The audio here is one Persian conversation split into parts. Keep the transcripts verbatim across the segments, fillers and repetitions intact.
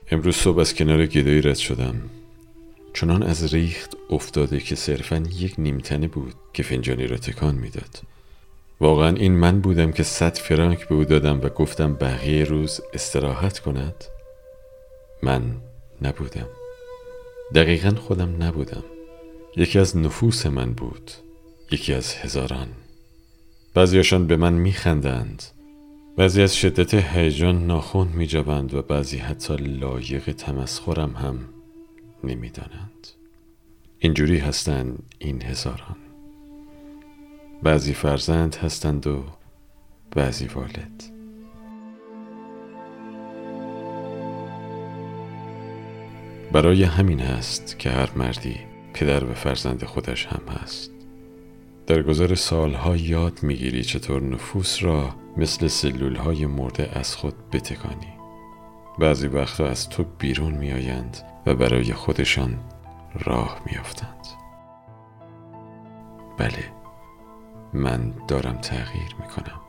امروز صبح از کنار گدایی رد شدم. چنان از ریخت افتاده که صرفاً یک نیمتنه بود که فنجانی را تکان میداد. واقعاً این من بودم که صد فرانک به او دادم و گفتم بقیه روز استراحت کند؟ من نبودم. دقیقاً خودم نبودم. یکی از نفوس من بود. یکی از هزاران. بعضیاشان به من میخندند، بعضی از شدت هیجان ناخن میجوند و بعضی حتی لایق تمسخرم هم نمیدانند. اینجوری هستند این هزاران. بعضی فرزند هستند و بعضی والد. برای همین هست که هر مردی پدر و فرزند خودش هم هست. در گذر سالها یاد میگیری چطور نفوس را مثل سلولهای مرده از خود بتکانی. بعضی وقتا از تو بیرون میآیند و برای خودشان راه میافتند. بله، من دارم تغییر میکنم.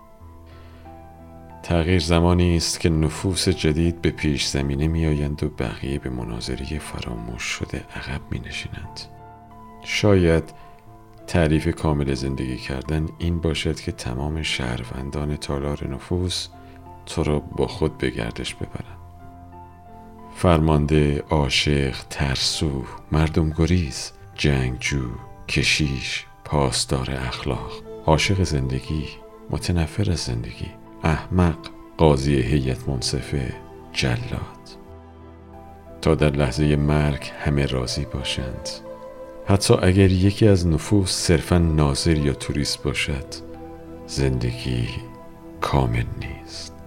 تغییر زمانی است که نفوس جدید به پیش زمینه میآیند و بقیه به مناظره فراموش شده عقب مینشینند. شاید تعریف کامل زندگی کردن این باشد که تمام شهروندان تالار نفوس تو را با خود به گردش ببرند. فرمانده، عاشق، ترسو، مردم گریز، جنگجو، کشیش، پاسدار اخلاق، عاشق زندگی، متنفر از زندگی، احمق، قاضی هیئت منصفه، جلاد. تا در لحظه مرگ همه راضی باشند. حتی اگر یکی از نفوس صرفاً ناظر یا توریست باشد، زندگی کامل نیست.